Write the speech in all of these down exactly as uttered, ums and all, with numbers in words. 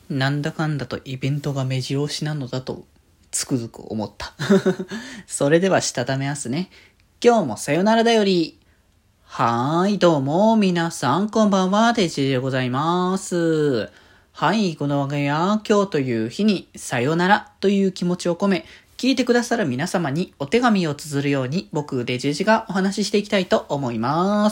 なんだかんだとイベントが目白押しなのだとつくづく思った。それではしたためますね。今日もさよならだより。はーい、どうも、皆さん、こんばんは、デジでございます。はい、この我が家、今日という日に、さよならという気持ちを込め、聞いてくださる皆様にお手紙を綴るように、僕、デジェジがお話ししていきたいと思います。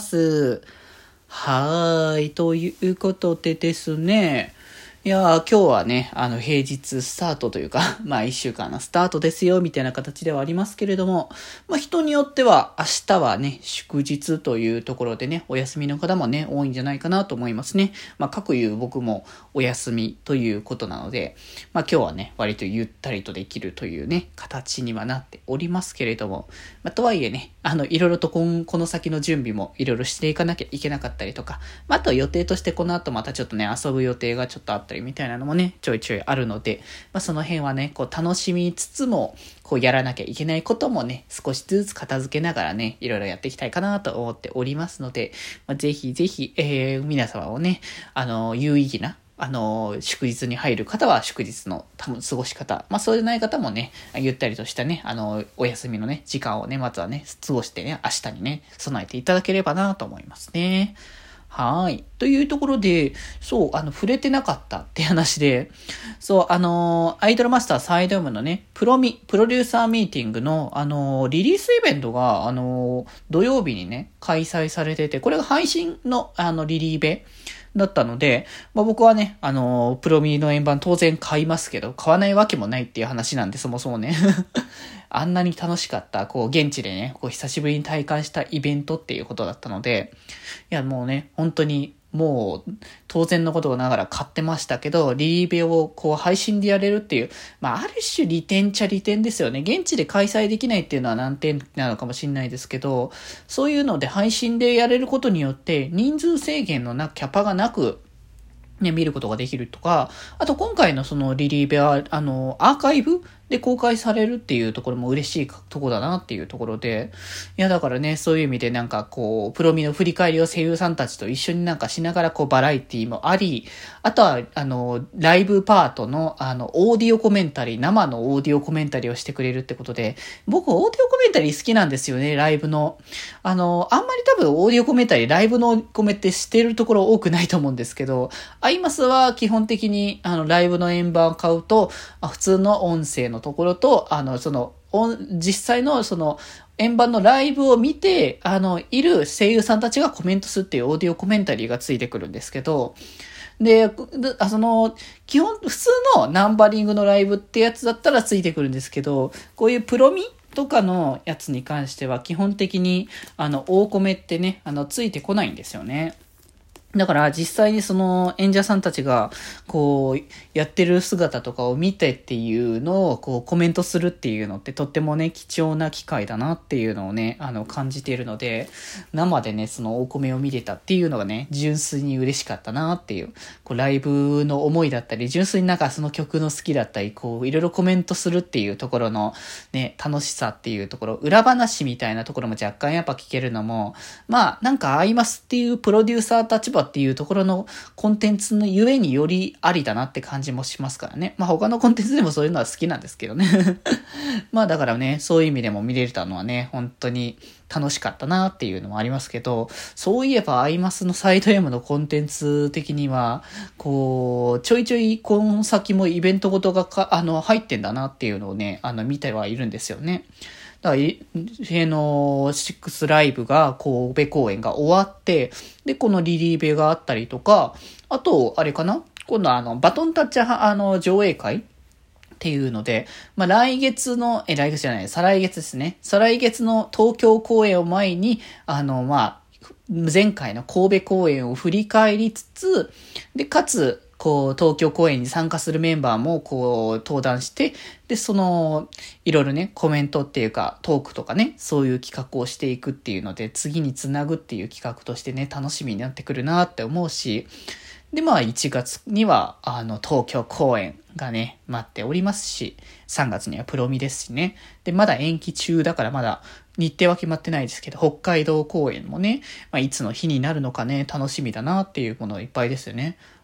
はーい、ということでですね、いやー今日はね、あの平日スタートというか、まあ一週間のスタートですよ、みたいな形ではありますけれども、まあ人によっては明日はね、祝日というところでね、お休みの方もね、多いんじゃないかなと思いますね。まあ各有僕もお休みということなので、まあ今日はね、割とゆったりとできるというね、形にはなっておりますけれども、まあとはいえね、あの、いろいろとこんこの先の準備もいろいろしていかなきゃいけなかったりとか、まああと予定としてこの後またちょっとね、遊ぶ予定がちょっとあったりみたいなのもね、ちょいちょいあるので、まあその辺はね、こう楽しみつつも、こうやらなきゃいけないこともね、少しずつ片付けながらね、いろいろやっていきたいかなと思っておりますので、まあ、ぜひぜひ、えー、皆様をね、あの、有意義な、あの、祝日に入る方は祝日の過ごし方。まあ、そうでない方もね、ゆったりとしたね、あの、お休みのね、時間をね、まずはね、過ごしてね、明日にね、備えていただければなと思いますね。はい。というところで、そう、あの、触れてなかったって話で、そう、あの、アイドルマスターサイド M のね、プロミ、プロデューサーミーティングの、あの、リリースイベントが、あの、土曜日にね、開催されてて、これが配信の、あの、リリーベだったので、まあ、僕はね、あの、プロミの円盤当然買いますけど、買わないわけもないっていう話なんで、そもそもね。あんなに楽しかった、こう、現地でね、こう、久しぶりに体感したイベントっていうことだったので、いや、もうね、本当に、もう、当然のことながら買ってましたけど、リリーベをこう配信でやれるっていう、まあ、ある種利点っちゃ利点ですよね。現地で開催できないっていうのは難点なのかもしれないですけど、そういうので配信でやれることによって、人数制限のな、キャパがなく、ね、見ることができるとか、あと今回のそのリリーベは、あの、アーカイブで公開されるっていうところも嬉しいところだなっていうところで、いやだからね、そういう意味でなんかこう、プロミの振り返りを声優さんたちと一緒になんかしながらこうバラエティもあり、あとは、あの、ライブパートの、あの、オーディオコメンタリー、生のオーディオコメンタリーをしてくれるってことで、僕オーディオコメンタリー好きなんですよね、ライブの。あの、あんまり多分オーディオコメンタリー、ライブのコメってしてるところ多くないと思うんですけど、アイマスは基本的にあのライブの円盤を買うと、あ普通の音声のところと、あの、その、実際のその、円盤のライブを見て、あの、いる声優さんたちがコメントするっていうオーディオコメンタリーがついてくるんですけど、で、その、基本、普通のナンバリングのライブってやつだったらついてくるんですけど、こういうプロミとかのやつに関しては基本的に、あの、大コメってね、あの、ついてこないんですよね。だから実際にその演者さんたちがこうやってる姿とかを見てっていうのをこうコメントするっていうのってとってもね貴重な機会だなっていうのをねあの感じているので、生でねその大米を見れたっていうのがね純粋に嬉しかったなっていう、こうライブの思いだったり純粋になんかその曲の好きだったりこういろいろコメントするっていうところのね楽しさっていうところ、裏話みたいなところも若干やっぱ聞けるのもまあなんかアイマスっていうプロデューサー立場っていうところのコンテンツのゆえによりありだなって感じもしますからね。まあ他のコンテンツでもそういうのは好きなんですけどね。まあだからね、そういう意味でも見れたのはね、本当に楽しかったなっていうのもありますけど、そういえばアイマスのサイド M のコンテンツ的には、こう、ちょいちょいこの先もイベントごとがかあの入ってんだなっていうのをね、あの見てはいるんですよね。だから、あの、シックスライブが、神戸公演が終わって、で、このリリーベがあったりとか、あと、あれかな今度はあの、バトンタッチあの、上映会っていうので、まあ、来月の、え、来月じゃない、再来月ですね。再来月の東京公演を前に、あの、まあ、前回の神戸公演を振り返りつつ、で、かつ、こう、東京公演に参加するメンバーも、こう、登壇して、で、その、いろいろね、コメントっていうか、トークとかね、そういう企画をしていくっていうので、次につなぐっていう企画としてね、楽しみになってくるなって思うし、で、まあ、いちがつには、あの、東京公演がね、待っておりますし、さんがつにはプロミですしね。で、まだ延期中だからまだ日程は決まってないですけど、北海道公演もね、まあ、いつの日になるのかね、楽しみだなっていうものいっぱいですよね。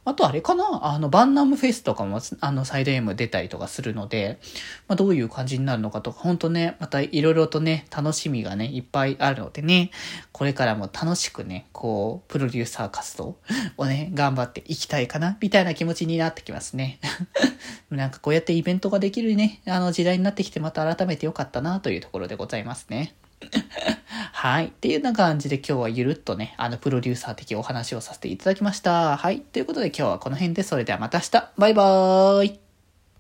あとあれかなあの、バンナムフェスとかも、あの、サイド M 出たりとかするので、まあ、どういう感じになるのかとか、ほんとね、またいろいろとね、楽しみがね、いっぱいあるのでね、これからも楽しくね、こう、プロデューサー活動をね、頑張っていきたいかな、みたいな気持ちになってきますね。なんかこうやってイベントができるね、あの時代になってきてまた改めてよかったなというところでございますね。はい。っていうような感じで今日はゆるっとね、あの、プロデューサー的お話をさせていただきました。はい。ということで今日はこの辺で、それではまた明日。バイバーイ。